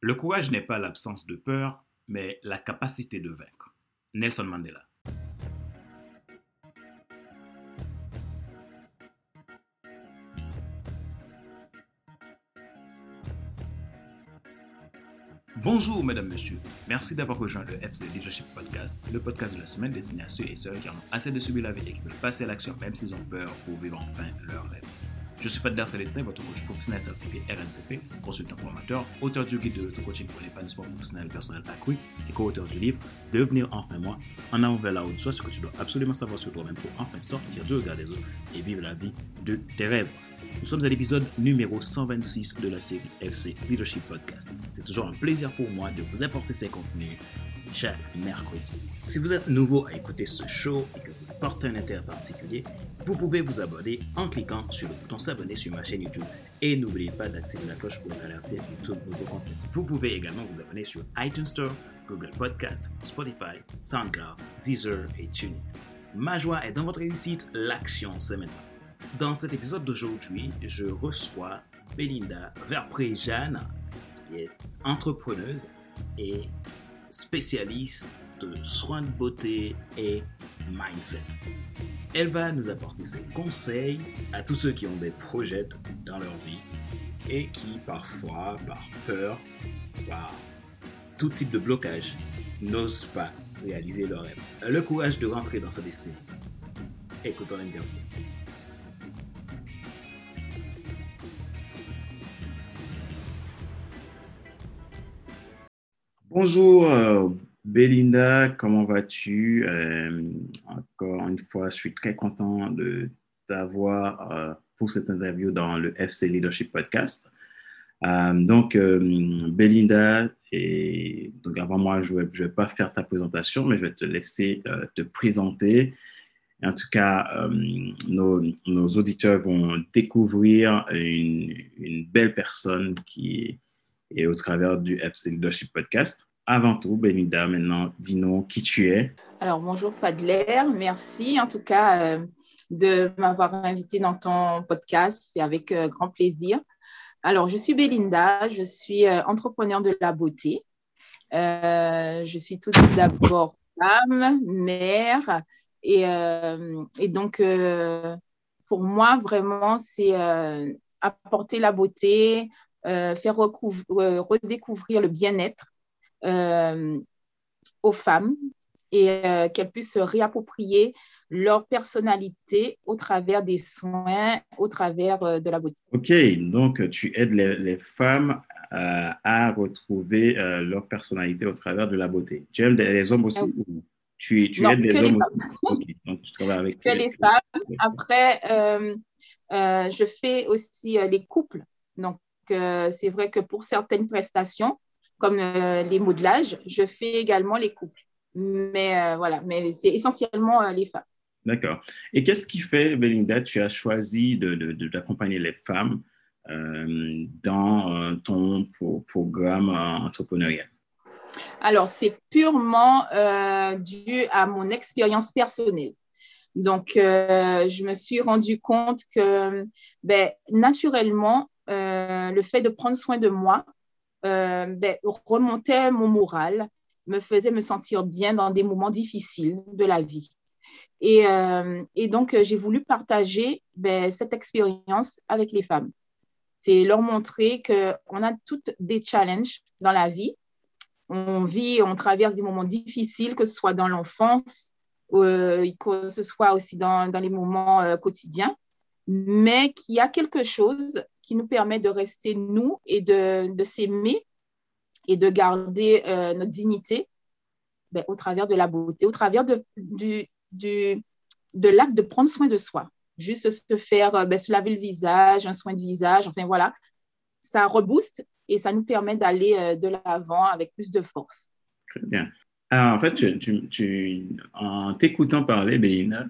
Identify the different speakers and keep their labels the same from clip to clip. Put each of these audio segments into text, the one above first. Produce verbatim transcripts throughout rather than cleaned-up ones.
Speaker 1: Le courage n'est pas l'absence de peur, mais la capacité de vaincre. Nelson Mandela. Bonjour mesdames, messieurs. Merci d'avoir rejoint le F C Leadership Podcast, le podcast de la semaine destiné à ceux et celles qui en ont assez de subir la vie et qui veulent passer à l'action même s'ils ont peur pour vivre enfin leur rêve. Je suis Fadler Célestin, votre coach professionnel certifié R N C P, consultant formateur, auteur du guide de l'auto-coaching pour l'épanouissement professionnel et personnel accru et co-auteur du livre « Devenir enfin moi, en avant vers la haut de soi, ce que tu dois absolument savoir sur toi-même pour enfin sortir du regard des autres et vivre la vie de tes rêves ». Nous sommes à l'épisode numéro cent vingt-six de la série F C Leadership Podcast. C'est toujours un plaisir pour moi de vous apporter ces contenus chaque mercredi. Si vous êtes nouveau à écouter ce show et que vous portez un intérêt particulier, vous pouvez vous abonner en cliquant sur le bouton s'abonner sur ma chaîne YouTube et n'oubliez pas d'activer la cloche pour être alerté de tout nouveau contenu. Vous pouvez également vous abonner sur iTunes Store, Google Podcast, Spotify, SoundCloud, Deezer et TuneIn. Ma joie est dans votre réussite, l'action c'est maintenant. Dans cet épisode d'aujourd'hui, je reçois Belinda Verprey-Jeanne, qui est entrepreneuse et spécialiste de soins de beauté et mindset. Elle va nous apporter ses conseils à tous ceux qui ont des projets dans leur vie et qui parfois, par peur, par tout type de blocage, n'osent pas réaliser leurs rêves. Le courage de rentrer dans sa destinée. Écoutons l'interview. Bonjour euh, Belinda, comment vas-tu? Euh, encore une fois, je suis très content de t'avoir euh, pour cette interview dans le F C Leadership Podcast. Euh, donc, euh, Belinda, et donc avant moi, je ne vais, vais pas faire ta présentation, mais je vais te laisser euh, te présenter. En tout cas, euh, nos, nos auditeurs vont découvrir une, une belle personne qui est au travers du F C Leadership Podcast. Avant tout, Belinda, maintenant, dis-nous qui tu es.
Speaker 2: Alors, bonjour Fadler, merci en tout cas euh, de m'avoir invité dans ton podcast, c'est avec euh, grand plaisir. Alors, je suis Belinda, je suis euh, entrepreneur de la beauté. Euh, je suis tout d'abord femme, mère, et, euh, et donc euh, pour moi, vraiment, c'est euh, apporter la beauté, euh, faire recouvre, euh, redécouvrir le bien-être euh, aux femmes et euh, qu'elles puissent se réapproprier leur personnalité au travers des soins, au travers euh, de la beauté.
Speaker 1: OK, donc tu aides les, les femmes euh, à retrouver euh, leur personnalité au travers de la beauté. Tu aides les hommes aussi ou tu, tu
Speaker 2: non,
Speaker 1: aides les
Speaker 2: hommes
Speaker 1: les aussi? Okay, donc tu travailles avec
Speaker 2: que les, les femmes. Après, euh, euh, je fais aussi euh, les couples. Donc, euh, c'est vrai que pour certaines prestations, comme euh, les modelages, je fais également les couples. Mais euh, voilà, mais c'est essentiellement euh, les femmes.
Speaker 1: D'accord. Et qu'est-ce qui fait, Belinda, tu as choisi de, de, de, d'accompagner les femmes euh, dans euh, ton pro- programme euh, entrepreneurial?
Speaker 2: Alors, c'est purement euh, dû à mon expérience personnelle. Donc, euh, je me suis rendu compte que ben, naturellement, euh, le fait de prendre soin de moi euh, ben, remontait mon moral, me faisait me sentir bien dans des moments difficiles de la vie. Et, euh, et donc, euh, j'ai voulu partager ben, cette expérience avec les femmes. C'est leur montrer qu'on a toutes des challenges dans la vie. On vit, on traverse des moments difficiles, que ce soit dans l'enfance, euh, que ce soit aussi dans, dans les moments euh, quotidiens, mais qu'il y a quelque chose qui nous permet de rester nous et de, de s'aimer et de garder euh, notre dignité ben, au travers de la beauté, au travers de, du, du, de l'acte de prendre soin de soi. Juste se faire, ben, se laver le visage, un soin de visage, enfin voilà, ça rebooste et ça nous permet d'aller euh, de l'avant avec plus de force.
Speaker 1: Très bien. Alors, en fait, tu, tu, tu, en t'écoutant parler, Belinda,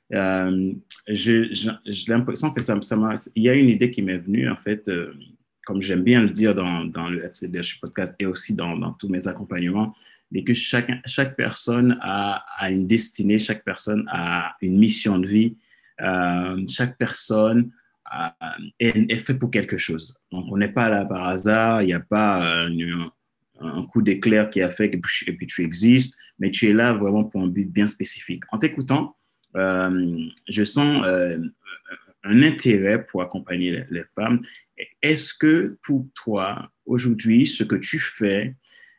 Speaker 1: euh, j'ai l'impression que ça, ça m'a, il y a une idée qui m'est venue, en fait, euh, comme j'aime bien le dire dans, dans le F C Leadership Podcast et aussi dans, dans tous mes accompagnements, c'est que chaque, chaque personne a, a une destinée, chaque personne a une mission de vie, euh, chaque personne a, est, est fait pour quelque chose. Donc, on n'est pas là par hasard, il n'y a pas euh, un coup d'éclair qui a fait que et puis tu existes, mais tu es là vraiment pour un but bien spécifique. En t'écoutant, euh, je sens euh, un intérêt pour accompagner les, les femmes. Est-ce que pour toi, aujourd'hui, ce que tu fais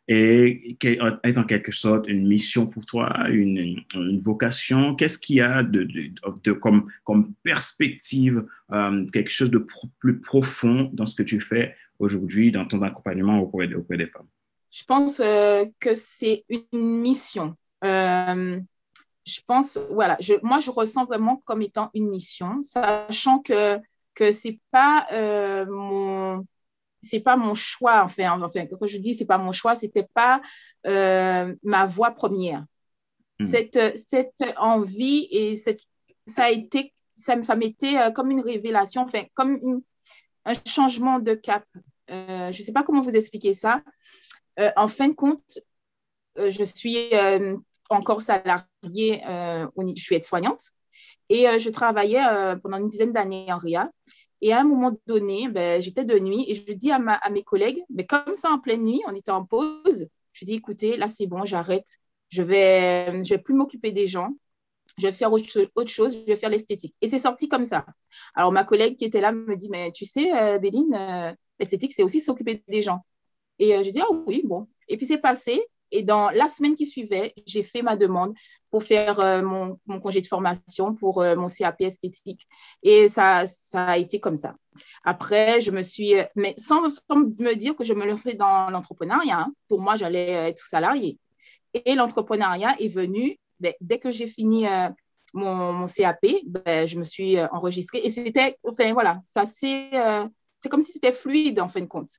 Speaker 1: est, est en quelque sorte une mission pour toi, une, une vocation? Qu'est-ce qu'il y a de, de, de comme, comme perspective, euh, quelque chose de pro, plus profond dans ce que tu fais aujourd'hui, dans ton accompagnement auprès, auprès des femmes?
Speaker 2: Je pense euh, que c'est une mission. Euh, je pense, voilà, je, moi, je ressens vraiment comme étant une mission, sachant que, que ce n'est pas, euh, mon, c'est pas mon choix. Enfin, enfin, quand je dis c'est pas mon choix, ce n'était pas euh, ma voie première.
Speaker 1: Hmm.
Speaker 2: Cette, cette envie et cette, ça a été, ça, ça m'était euh, comme une révélation, enfin, comme une, un changement de cap. Euh, je ne sais pas comment vous expliquer ça. Euh, en fin de compte, euh, je suis euh, encore salariée, euh, je suis aide-soignante et euh, je travaillais euh, pendant une dizaine d'années en R I A. Et à un moment donné, ben, j'étais de nuit et je dis à, ma, à mes collègues, mais comme ça en pleine nuit, on était en pause, je dis écoutez, là c'est bon, j'arrête, je vais, je vais plus m'occuper des gens, je vais faire autre, autre chose, je vais faire l'esthétique. Et c'est sorti comme ça. Alors ma collègue qui était là me dit, mais tu sais, euh, Béline, euh, l'esthétique c'est aussi s'occuper des gens. Et euh, je dis, ah oui, bon. Et puis c'est passé. Et dans la semaine qui suivait, j'ai fait ma demande pour faire euh, mon, mon congé de formation pour euh, mon C A P esthétique. Et ça, ça a été comme ça. Après, je me suis, mais sans, sans me dire que je me lançais dans l'entrepreneuriat. Hein. Pour moi, j'allais être salariée. Et l'entrepreneuriat est venu, ben, dès que j'ai fini euh, mon, mon C A P, ben, je me suis euh, enregistrée. Et c'était, enfin voilà, ça c'est, euh, c'est comme si c'était fluide en fin de compte.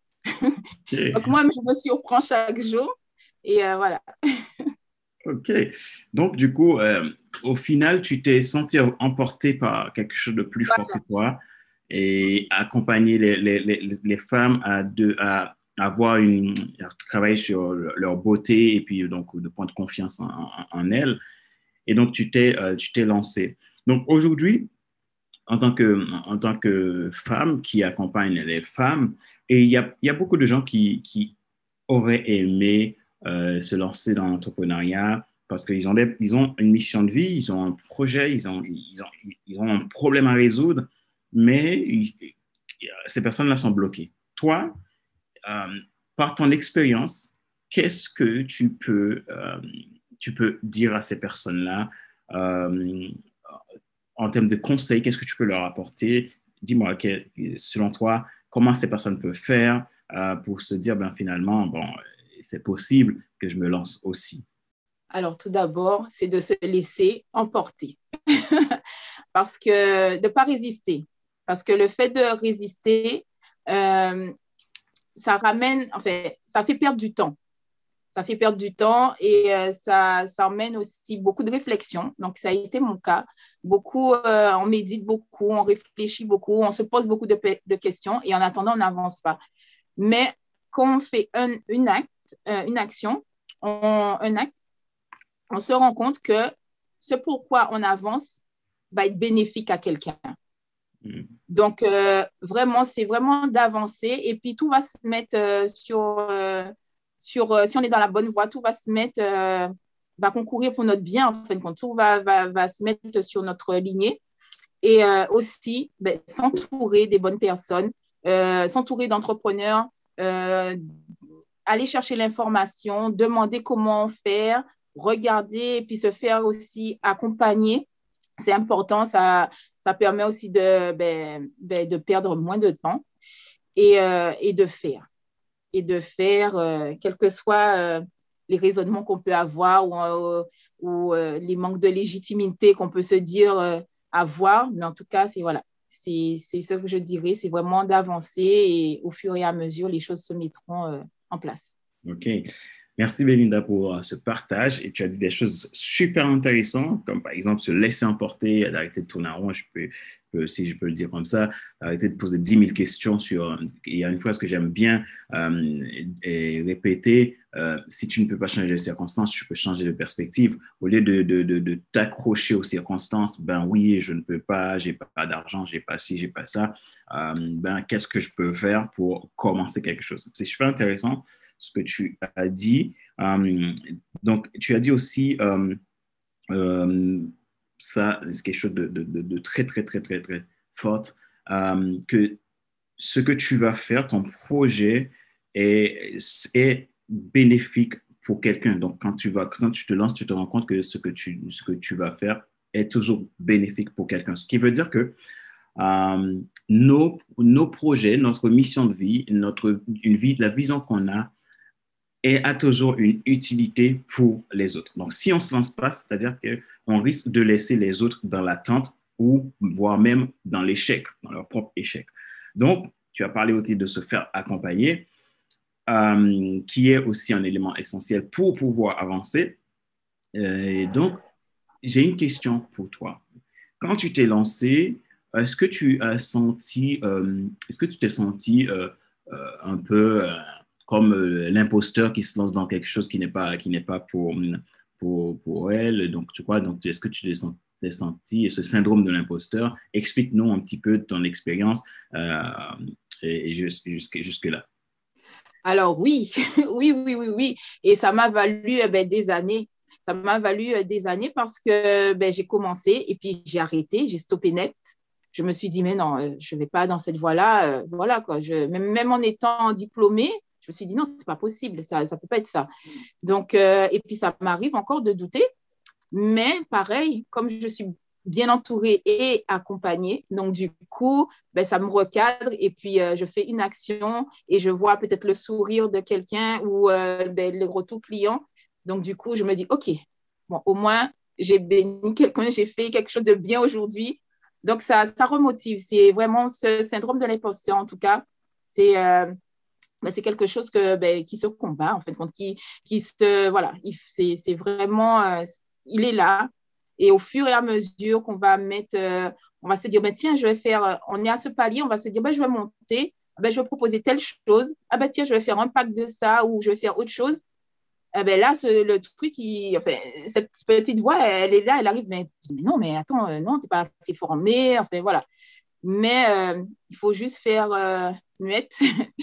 Speaker 1: Okay.
Speaker 2: Donc, moi, je me surprends chaque jour. Et euh, voilà.
Speaker 1: OK. Donc, du coup, euh, au final, tu t'es senti emporté par quelque chose de plus fort que
Speaker 2: Voilà.
Speaker 1: toi et accompagner les, les, les, les femmes à, de, à avoir une, à travailler sur leur beauté et puis donc de prendre confiance en, en, en elles. Et donc, tu t'es, euh, tu t'es lancé. Donc, aujourd'hui, en tant que, en tant que femme qui accompagne les femmes, et il y a, il y a beaucoup de gens qui, qui auraient aimé euh, se lancer dans l'entrepreneuriat parce qu'ils ont, des, ils ont une mission de vie, ils ont un projet, ils ont, ils ont, ils ont un problème à résoudre, mais ils, ces personnes-là sont bloquées. Toi, euh, par ton expérience, qu'est-ce que tu peux, euh, tu peux dire à ces personnes-là euh, en termes de conseils, qu'est-ce que tu peux leur apporter? Dis-moi, selon toi, comment ces personnes peuvent faire euh, pour se dire, ben, finalement, bon, c'est possible que je me lance aussi.
Speaker 2: Alors, tout d'abord, c'est de se laisser emporter. Parce que de ne pas résister. Parce que le fait de résister, euh, ça ramène, enfin, ça fait perdre du temps. Ça fait perdre du temps et euh, ça, ça emmène aussi beaucoup de réflexion. Donc, ça a été mon cas. Beaucoup, euh, on médite beaucoup, on réfléchit beaucoup, on se pose beaucoup de, de questions et en attendant, on n'avance pas. Mais quand on fait un, une, acte, euh, une action, on, un acte, on se rend compte que ce pourquoi on avance va être bénéfique à quelqu'un. Mm. Donc, euh, vraiment, c'est vraiment d'avancer et puis tout va se mettre euh, sur, euh, sur euh, si on est dans la bonne voie, tout va se mettre, euh, va concourir pour notre bien, en fin de compte, tout va, va, va se mettre sur notre lignée. Et euh, aussi, ben, s'entourer des bonnes personnes, euh, s'entourer d'entrepreneurs, euh, aller chercher l'information, demander comment faire, regarder et puis se faire aussi accompagner. C'est important, ça, ça permet aussi de, ben, ben, de perdre moins de temps et, euh, et de faire. Et de faire, euh, quels que soient euh, les raisonnements qu'on peut avoir ou, euh, ou euh, les manques de légitimité qu'on peut se dire euh, avoir. Mais en tout cas, c'est voilà, c'est, c'est ce que je dirais, c'est vraiment d'avancer et au fur et à mesure, les choses se mettront euh, en place.
Speaker 1: OK. Merci Belinda pour uh, ce partage et tu as dit des choses super intéressantes comme par exemple se laisser emporter, d'arrêter de tourner en rond, je peux, peux, si je peux le dire comme ça, arrêter de poser dix mille questions sur, il y a une phrase que j'aime bien euh, et, et répéter, euh, si tu ne peux pas changer les circonstances, tu peux changer de perspective. Au lieu de, de, de, de t'accrocher aux circonstances, ben oui, je ne peux pas, j'ai pas d'argent, j'ai pas ci, j'ai pas ça, euh, ben qu'est-ce que je peux faire pour commencer quelque chose? C'est super intéressant ce que tu as dit. Euh, donc, tu as dit aussi, euh, euh, ça, c'est quelque chose de, de, de, de très, très, très, très, très fort, euh, que ce que tu vas faire, ton projet est, est bénéfique pour quelqu'un. Donc, quand tu vas, quand tu te lances, tu te rends compte que ce que tu, ce que tu vas faire est toujours bénéfique pour quelqu'un. Ce qui veut dire que euh, nos, nos projets, notre mission de vie, notre, une vie, la vision qu'on a, et a toujours une utilité pour les autres. Donc, si on ne se lance pas, c'est-à-dire qu'on risque de laisser les autres dans l'attente ou voire même dans l'échec, dans leur propre échec. Donc, tu as parlé aussi de se faire accompagner, euh, qui est aussi un élément essentiel pour pouvoir avancer. Euh, et donc, j'ai une question pour toi. Quand tu t'es lancé, est-ce que tu as senti, euh, est-ce que tu t'es senti euh, euh, un peu euh, comme euh, l'imposteur qui se lance dans quelque chose qui n'est pas, qui n'est pas pour, pour, pour elle? Donc, tu crois, donc, est-ce que tu t'es senti, t'es senti ce syndrome de l'imposteur? Explique-nous un petit peu de ton expérience euh, et, et jusque, jusque, jusque-là.
Speaker 2: Alors oui, oui, oui, oui, oui. Et ça m'a valu eh ben, des années. Ça m'a valu euh, des années parce que ben, j'ai commencé et puis j'ai arrêté, j'ai stoppé net. Je me suis dit, mais non, euh, je ne vais pas dans cette voie-là. euh, voilà, quoi. Je, même, même en étant diplômée, je me suis dit, non, ce n'est pas possible, ça ne peut pas être ça. Donc, euh, et puis ça m'arrive encore de douter. Mais pareil, comme je suis bien entourée et accompagnée, donc du coup, ben, ça me recadre et puis euh, je fais une action et je vois peut-être le sourire de quelqu'un ou euh, ben, le retour client. Donc du coup, je me dis, OK, bon, au moins, j'ai béni quelqu'un, j'ai fait quelque chose de bien aujourd'hui. Donc ça, ça remotive. C'est vraiment ce syndrome de l'imposteur, en tout cas. C'est euh, ben, c'est quelque chose que, ben, qui se combat, en fait, qui, qui se, voilà, c'est, c'est vraiment, euh, il est là. Et au fur et à mesure qu'on va mettre, euh, on va se dire, ben, tiens, je vais faire, euh, on est à ce palier, on va se dire, ben, je vais monter, ben, je vais proposer telle chose, ah ben, tiens, je vais faire un pack de ça ou je vais faire autre chose. Ah ben là, ce, le truc, il, enfin, cette petite voix, elle est là, elle arrive, mais, mais non, mais attends, euh, non, tu n'es pas assez formé, enfin, voilà. Mais euh, il faut juste faire euh, muette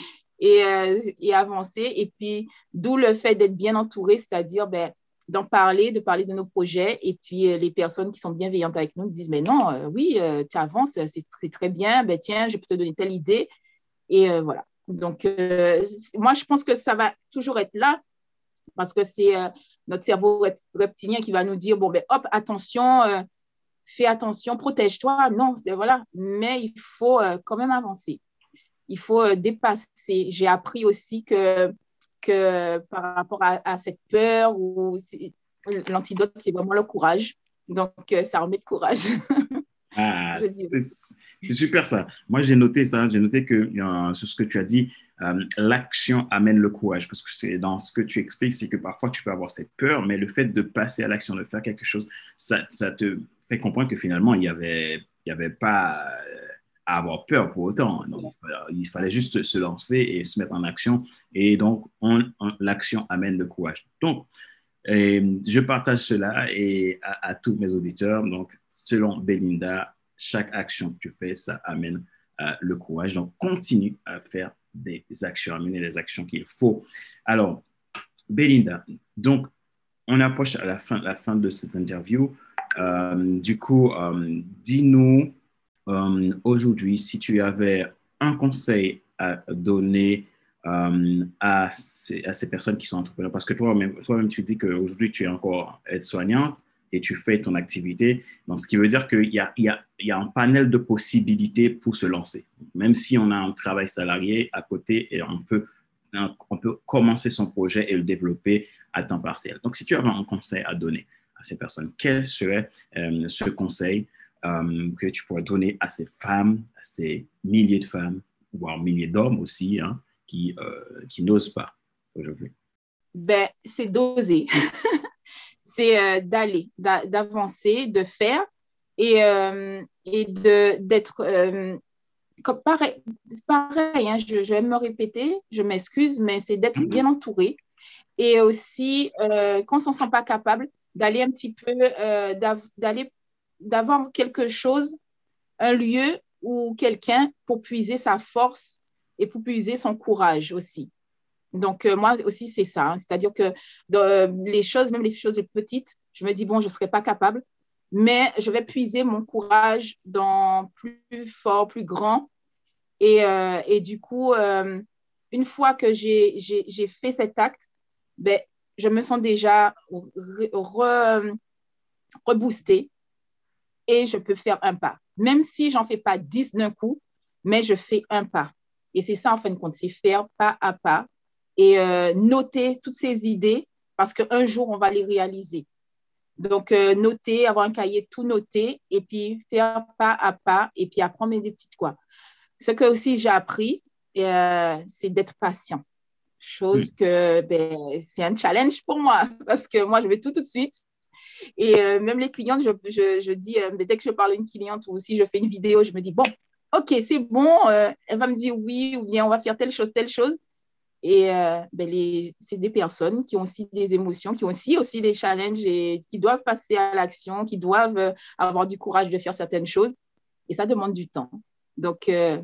Speaker 2: et, euh, et avancer. Et puis, d'où le fait d'être bien entouré, c'est-à-dire ben, d'en parler, de parler de nos projets. Et puis, euh, les personnes qui sont bienveillantes avec nous disent, mais non, euh, oui, euh, tu avances, c'est, c'est très bien. Ben, tiens, je peux te donner telle idée. Et euh, voilà. Donc, euh, moi, je pense que ça va toujours être là parce que c'est euh, notre cerveau reptilien qui va nous dire, bon, ben, hop, attention, euh, fais attention, protège-toi. Non, c'est, voilà. Mais il faut euh, quand même avancer. Il faut euh, dépasser. J'ai appris aussi que, que par rapport à, à cette peur, ou l'antidote, c'est vraiment le courage. Donc, euh, ça remet de courage.
Speaker 1: Ah,
Speaker 2: Je
Speaker 1: c'est
Speaker 2: dirais.
Speaker 1: c'est super ça. Moi, j'ai noté ça. J'ai noté que euh, sur ce que tu as dit, euh, l'action amène le courage. Parce que c'est dans ce que tu expliques, c'est que parfois tu peux avoir cette peur, mais le fait de passer à l'action, de faire quelque chose, ça, ça te fait comprendre que finalement, il n'y avait, il y avait pas euh, à avoir peur pour autant. Donc, voilà, il fallait juste se lancer et se mettre en action. Et donc, on- on- l'action amène le courage. Donc, et je partage cela et à, à tous mes auditeurs. Donc, selon Belinda, chaque action que tu fais, ça amène euh, le courage. Donc, continue à faire des actions, amener les actions qu'il faut. Alors, Belinda, donc, on approche à la fin, la fin de cette interview. Euh, du coup, euh, dis-nous euh, aujourd'hui si tu avais un conseil à donner euh, à, ces, à ces personnes qui sont entrepreneurs. Parce que toi-même, toi-même tu dis qu'aujourd'hui, tu es encore aide-soignante et tu fais ton activité. Donc, ce qui veut dire qu'il y a, il y a, il y a un panel de possibilités pour se lancer. Même si on a un travail salarié à côté et on peut, on peut commencer son projet et le développer à temps partiel. Donc, si tu avais un conseil à donner à ces personnes, quel serait euh, ce conseil euh, que tu pourrais donner à ces femmes, à ces milliers de femmes, voire milliers d'hommes aussi, hein, qui, euh, qui n'osent pas aujourd'hui?
Speaker 2: Ben, c'est d'oser. C'est euh, d'aller, d'a- d'avancer, de faire et, euh, et de, d'être euh, comme pareil, c'est pareil hein, je, je vais me répéter, je m'excuse, mais c'est d'être bien entouré et aussi, euh, quand on ne se sent pas capable, d'aller un petit peu, euh, d'av- d'aller, d'avoir quelque chose, un lieu ou quelqu'un pour puiser sa force et pour puiser son courage aussi. Donc, euh, moi aussi, c'est ça. Hein. C'est-à-dire que dans, les choses, même les choses petites, je me dis, bon, je ne serai pas capable, mais je vais puiser mon courage dans plus fort, plus grand. Et, euh, et du coup, euh, une fois que j'ai, j'ai, j'ai fait cet acte, ben, je me sens déjà re, re, reboostée et je peux faire un pas. Même si j'en fais pas dix d'un coup, mais je fais un pas. Et c'est ça, en fin de compte, c'est faire pas à pas et euh, noter toutes ces idées parce qu'un jour, on va les réaliser. Donc, euh, noter, avoir un cahier, tout noter et puis faire pas à pas et puis apprendre des petites quoi. Ce que aussi j'ai appris, euh, c'est d'être patient. Chose que ben, c'est un challenge pour moi parce que moi, je vais tout tout de suite. Et euh, même les clientes, je, je, je dis, euh, dès que je parle à une cliente ou si je fais une vidéo, je me dis, bon, OK, c'est bon, euh, elle va me dire oui ou bien on va faire telle chose, telle chose. Et euh, ben les, c'est des personnes qui ont aussi des émotions, qui ont aussi, aussi des challenges et qui doivent passer à l'action, qui doivent euh, avoir du courage de faire certaines choses. Et ça demande du temps. Donc, euh,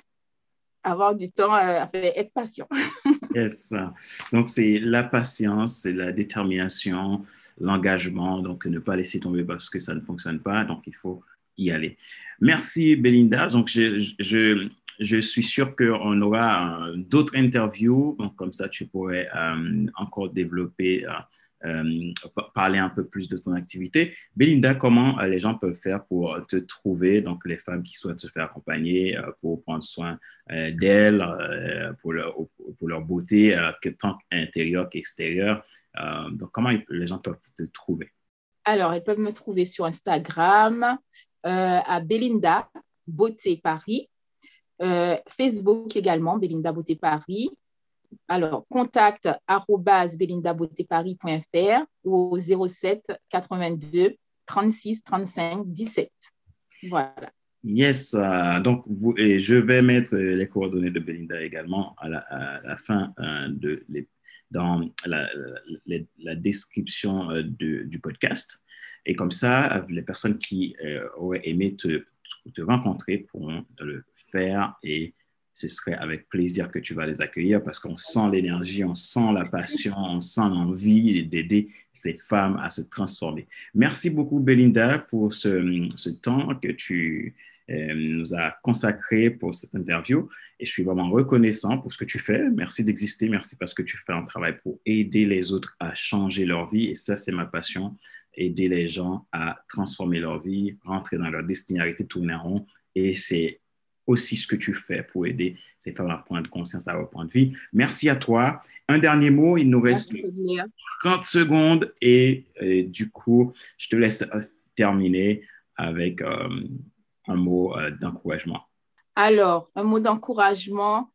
Speaker 2: avoir du temps, euh, être patient.
Speaker 1: Yes. Donc, c'est la patience, c'est la détermination, l'engagement. Donc, ne pas laisser tomber parce que ça ne fonctionne pas. Donc, il faut y aller. Merci, Belinda. Donc, je, je, je suis sûr qu'on aura euh, d'autres interviews. Donc, comme ça, tu pourrais euh, encore développer, euh, euh, parler un peu plus de ton activité. Belinda, comment euh, les gens peuvent faire pour te trouver? Donc, les femmes qui souhaitent se faire accompagner, euh, pour prendre soin euh, d'elles, euh, pour, leur, pour leur beauté, euh, que tant intérieure qu'extérieure. Euh, donc, comment les gens peuvent te trouver?
Speaker 2: Alors, elles peuvent me trouver sur Instagram euh, à Belinda Beauté Paris, euh, Facebook également, Belinda Beauté Paris. Alors, contact arobase belinda beauté paris point f r ou au zéro sept quatre-vingt-deux trente-six trente-cinq dix-sept. Voilà.
Speaker 1: Yes, euh, donc vous, et je vais mettre les coordonnées de Belinda également à la, à la fin euh, de les, dans la, la, la description euh, de, du podcast. Et comme ça, les personnes qui euh, auraient aimé te, te rencontrer pourront le faire et ce serait avec plaisir que tu vas les accueillir parce qu'on sent l'énergie, on sent la passion, on sent l'envie d'aider ces femmes à se transformer. Merci beaucoup, Belinda, pour ce, ce temps que tu euh, nous as consacré pour cette interview. Et je suis vraiment reconnaissant pour ce que tu fais. Merci d'exister. Merci parce que tu fais un travail pour aider les autres à changer leur vie. Et ça, c'est ma passion, aider les gens à transformer leur vie, rentrer dans leur destinée, arrêter de tourner en rond. Et c'est aussi ce que tu fais pour aider ces femmes à prendre conscience, à reprendre vie. Merci à toi. Un dernier mot, il nous reste trente secondes et, et du coup, je te laisse terminer avec euh, un mot euh, d'encouragement.
Speaker 2: Alors, un mot d'encouragement,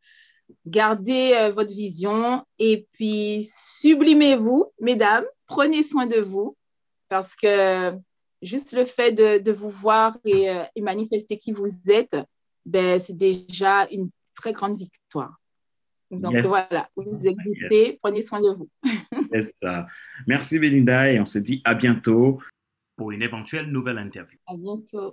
Speaker 2: gardez euh, votre vision et puis sublimez-vous, mesdames, prenez soin de vous parce que juste le fait de, de vous voir et, euh, et manifester qui vous êtes, ben, c'est déjà une très grande victoire. Donc yes. Voilà, vous existez, yes. Prenez soin de vous.
Speaker 1: C'est ça. Merci Belinda et on se dit à bientôt pour une éventuelle nouvelle interview.
Speaker 2: À bientôt.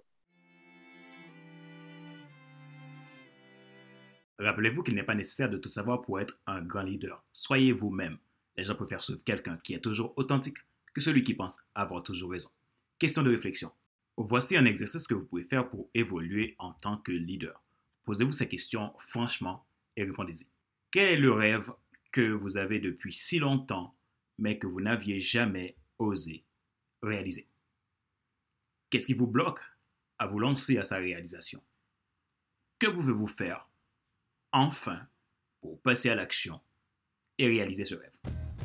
Speaker 1: Rappelez-vous qu'il n'est pas nécessaire de tout savoir pour être un grand leader. Soyez vous-même. Les gens préfèrent suivre quelqu'un qui est toujours authentique que celui qui pense avoir toujours raison. Question de réflexion. Voici un exercice que vous pouvez faire pour évoluer en tant que leader. Posez-vous ces questions franchement et répondez-y. Quel est le rêve que vous avez depuis si longtemps, mais que vous n'aviez jamais osé réaliser? Qu'est-ce qui vous bloque à vous lancer à sa réalisation? Que pouvez-vous faire enfin pour passer à l'action et réaliser ce rêve?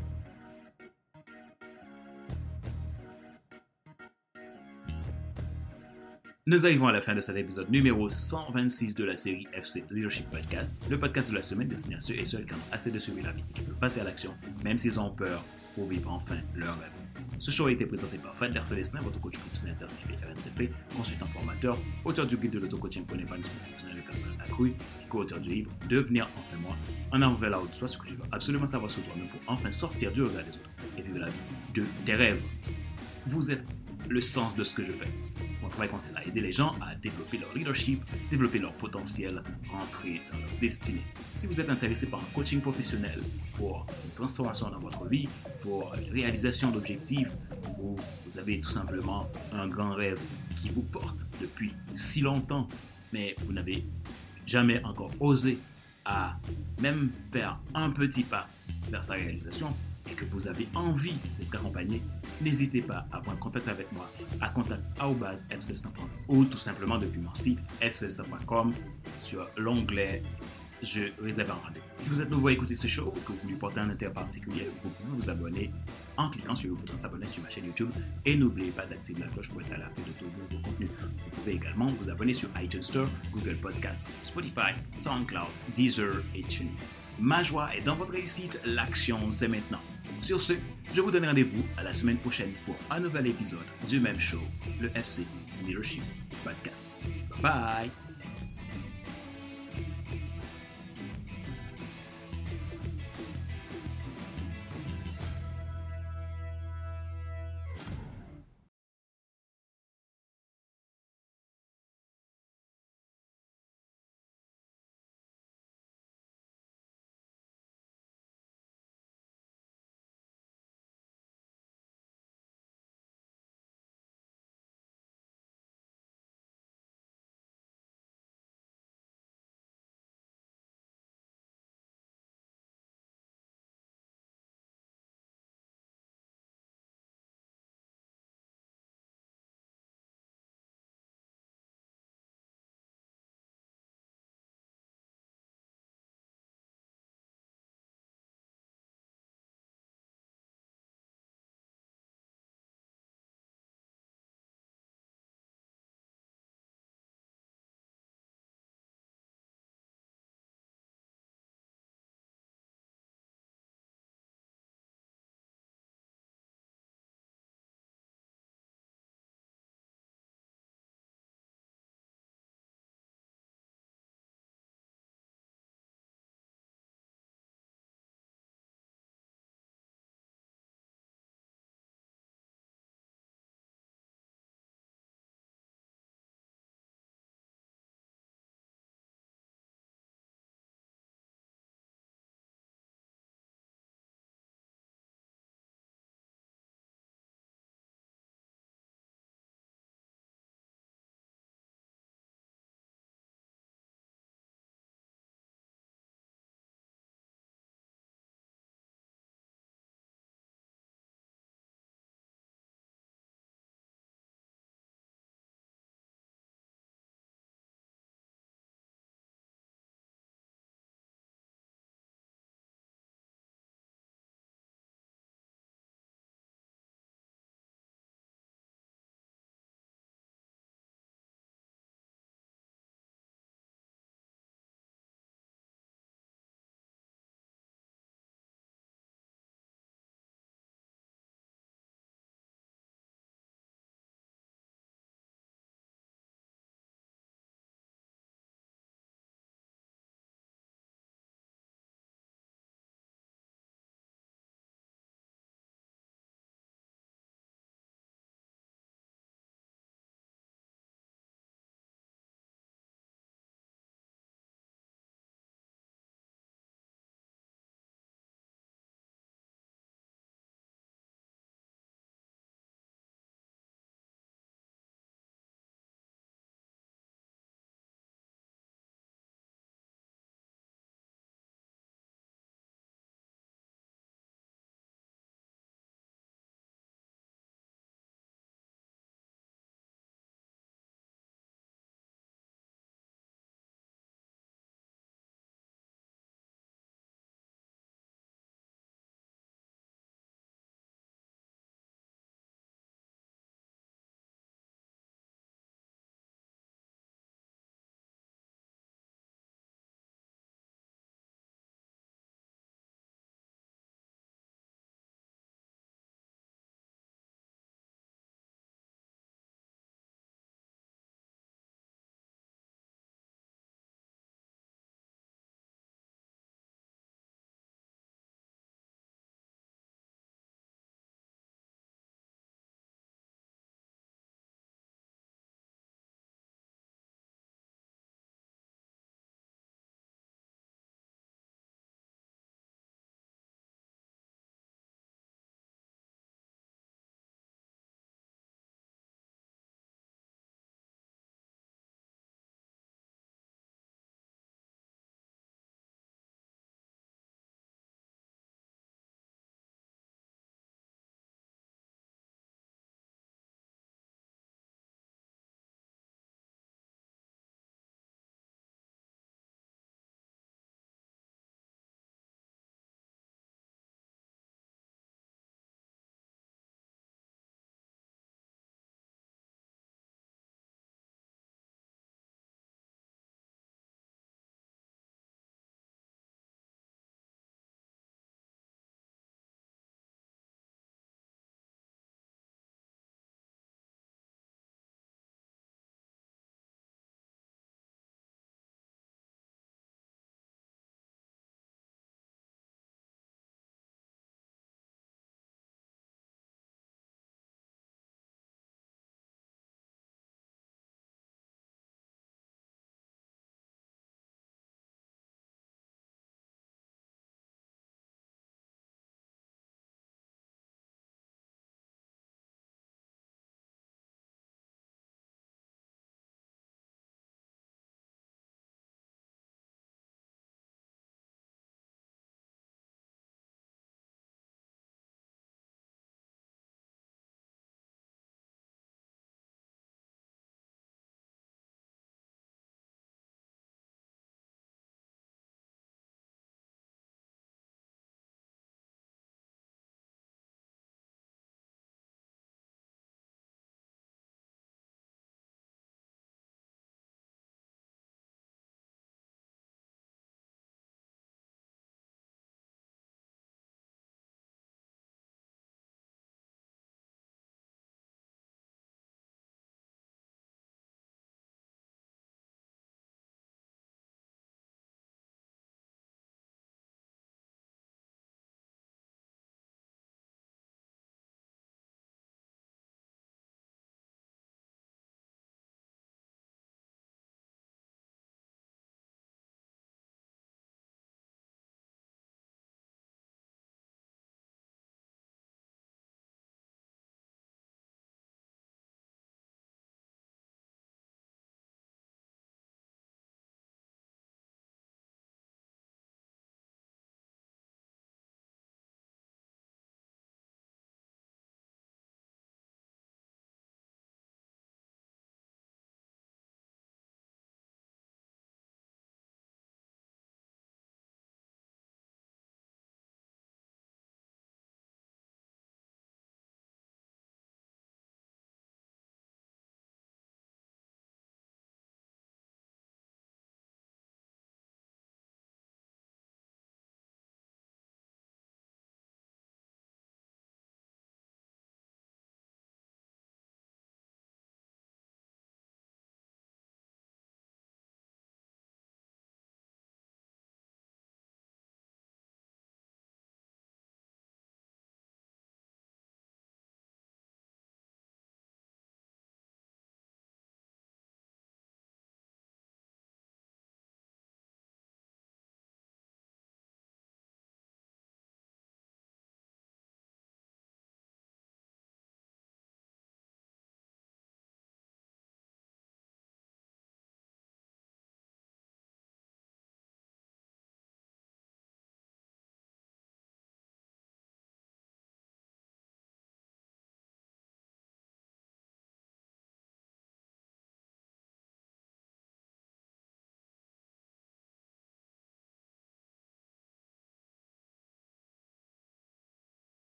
Speaker 1: Nous arrivons à la fin de cet épisode numéro cent vingt-six de la série F C Leadership Podcast, le podcast de la semaine destiné à ceux et celles qui ont assez de suivre la vie et qui veulent passer à l'action, même s'ils ont peur, pour vivre enfin leur rêve. Ce show a été présenté par Fadler Célestin, votre coach professionnel certifié R N C P, consultant formateur, auteur du guide de l'auto-coaching pour l'épanouissement professionnel et personnel accru, et co-auteur du livre Devenir enfin moi, en avant vers la haute soi, ce que tu dois absolument savoir sur toi-même pour enfin sortir du regard des autres et vivre la vie de tes rêves. Vous êtes le sens de ce que je fais. Mon travail consiste à aider les gens à développer leur leadership, développer leur potentiel, rentrer dans leur destinée. Si vous êtes intéressé par un coaching professionnel pour une transformation dans votre vie, pour une réalisation d'objectifs, ou vous avez tout simplement un grand rêve qui vous porte depuis si longtemps, mais vous n'avez jamais encore osé à même faire un petit pas vers sa réalisation et que vous avez envie d'être accompagné, n'hésitez pas à prendre contact avec moi à contact arobase f c l cent point com ou tout simplement depuis mon site f c l cent point com sur l'onglet je réserve un rendez-vous. Si vous êtes nouveau à écouter ce show et que vous lui portez un intérêt particulier, vous pouvez vous abonner en cliquant sur le bouton s'abonner sur ma chaîne YouTube et n'oubliez pas d'activer la cloche pour être à l'affût de tous vos contenus. Vous pouvez également vous abonner sur iTunes Store, Google Podcast, Spotify, SoundCloud, Deezer et TuneIn. Ma joie est dans votre réussite, l'action c'est maintenant. Sur ce, je vous donne rendez-vous à la semaine prochaine pour un nouvel épisode du même show, le F C Leadership Podcast. Bye bye!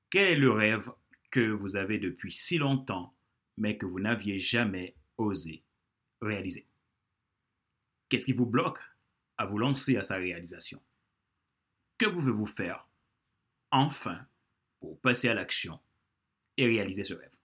Speaker 1: Quel est le rêve que vous avez depuis si longtemps, mais que vous n'aviez jamais osé réaliser? Qu'est-ce qui vous bloque à vous lancer à sa réalisation? Que pouvez-vous faire enfin pour passer à l'action et réaliser ce rêve?